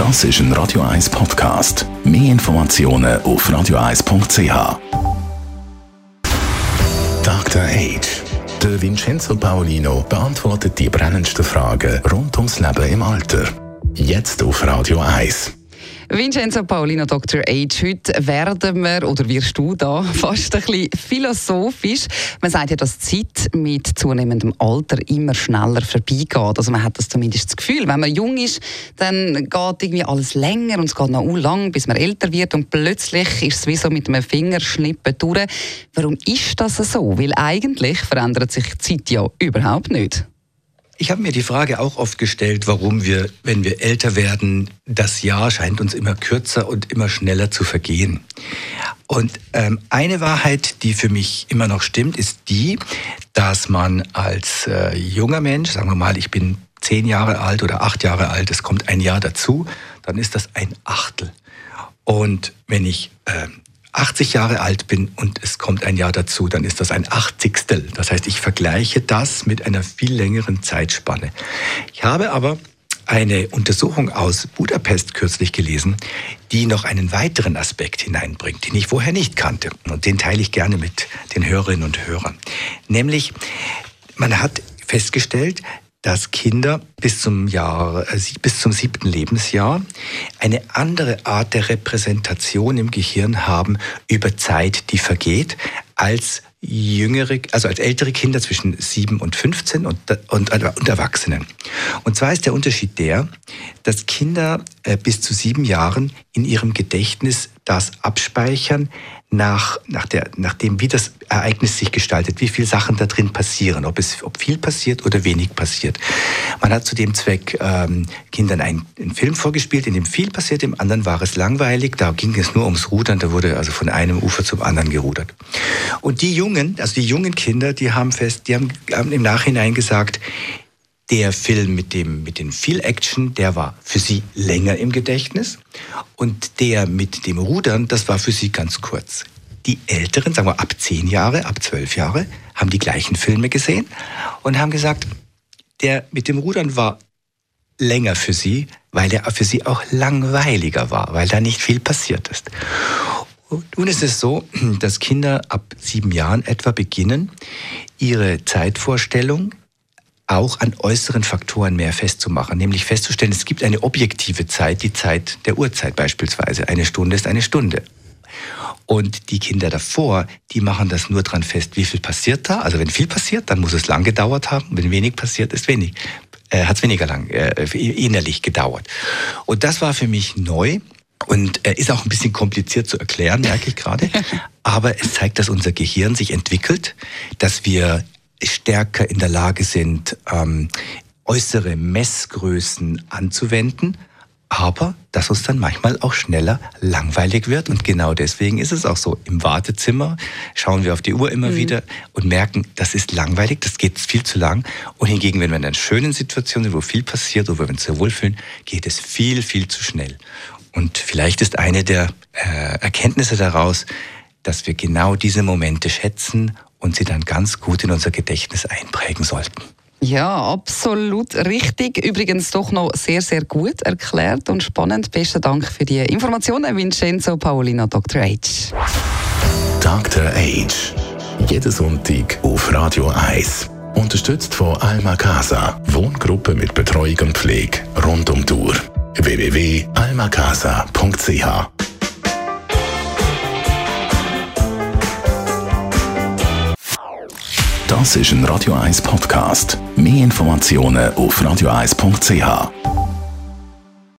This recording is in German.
Das ist ein Radio 1 Podcast. Mehr Informationen auf radio1.ch. Dr. Age. Der Vincenzo Paolino beantwortet die brennendsten Fragen rund ums Leben im Alter. Jetzt auf Radio 1. Vincenzo Paolino, Dr. Age. Heute werden wir, oder wirst du da, fast ein bisschen philosophisch. Man sagt ja, dass die Zeit mit zunehmendem Alter immer schneller vorbeigeht. Also man hat das zumindest das Gefühl. Wenn man jung ist, dann geht irgendwie alles länger und es geht noch lang, bis man älter wird und plötzlich ist es wie so mit einem Fingerschnippen durch. Warum ist das so? Weil eigentlich verändert sich die Zeit ja überhaupt nicht. Ich habe mir die Frage auch oft gestellt, warum wir, wenn wir älter werden, das Jahr scheint uns immer kürzer und immer schneller zu vergehen. Und eine Wahrheit, die für mich immer noch stimmt, ist die, dass man als junger Mensch, sagen wir mal, ich bin 10 Jahre alt oder 8 Jahre alt, es kommt ein Jahr dazu, dann ist das ein Achtel. Und wenn ich 80 Jahre alt bin und es kommt ein Jahr dazu, dann ist das ein 80stel. Das heißt, ich vergleiche das mit einer viel längeren Zeitspanne. Ich habe aber eine Untersuchung aus Budapest kürzlich gelesen, die noch einen weiteren Aspekt hineinbringt, den ich vorher nicht kannte. Und den teile ich gerne mit den Hörerinnen und Hörern. Nämlich, man hat festgestellt, dass Kinder bis zum 7. Lebensjahr eine andere Art der Repräsentation im Gehirn haben über Zeit, die vergeht, als als ältere Kinder zwischen 7 und 15 und Erwachsenen. Und zwar ist der Unterschied der, dass Kinder bis zu 7 Jahren in ihrem Gedächtnis das abspeichern, nachdem wie das Ereignis sich gestaltet, wie viele Sachen da drin passieren, ob viel passiert oder wenig passiert. Man hat zu dem Zweck Kindern einen Film vorgespielt, in dem viel passiert, im anderen war es langweilig, da ging es nur ums Rudern, da wurde also von einem Ufer zum anderen gerudert. Und die jungen Kinder, die haben im Nachhinein gesagt, der Film mit dem viel Action, der war für sie länger im Gedächtnis und der mit dem Rudern, das war für sie ganz kurz. Die Älteren, sagen wir ab 10 Jahre, ab 12 Jahre, haben die gleichen Filme gesehen und haben gesagt, der mit dem Rudern war länger für sie, weil er für sie auch langweiliger war, weil da nicht viel passiert ist. Und nun ist es so, dass Kinder ab 7 Jahren etwa beginnen, ihre Zeitvorstellung auch an äußeren Faktoren mehr festzumachen, nämlich festzustellen, es gibt eine objektive Zeit, die Zeit der Uhrzeit beispielsweise. 1 Stunde ist 1 Stunde. Und die Kinder davor, die machen das nur dran fest, wie viel passiert da. Also wenn viel passiert, dann muss es lang gedauert haben. Wenn wenig passiert, hat es weniger lang innerlich gedauert. Und das war für mich neu und ist auch ein bisschen kompliziert zu erklären, merke ich gerade. Aber es zeigt, dass unser Gehirn sich entwickelt, dass wir stärker in der Lage sind, äußere Messgrößen anzuwenden, aber dass uns dann manchmal auch schneller langweilig wird. Und genau deswegen ist es auch so. Im Wartezimmer schauen wir auf die Uhr immer wieder und merken, das ist langweilig, das geht viel zu lang. Und hingegen, wenn wir in einer schönen Situation sind, wo viel passiert oder wo wir uns sehr wohlfühlen, geht es viel, viel zu schnell. Und vielleicht ist eine der Erkenntnisse daraus, dass wir genau diese Momente schätzen und sie dann ganz gut in unser Gedächtnis einprägen sollten. Ja, absolut richtig. Übrigens doch noch sehr, sehr gut erklärt und spannend. Besten Dank für die Informationen, Vincenzo Paolino, Dr. Age. Dr. Age. Jeden Sonntag auf Radio 1. Unterstützt von Alma Casa. Wohngruppe mit Betreuung und Pflege rund um die Uhr. www.almacasa.ch. Das ist ein Radio 1 Podcast. Mehr Informationen auf radio1.ch.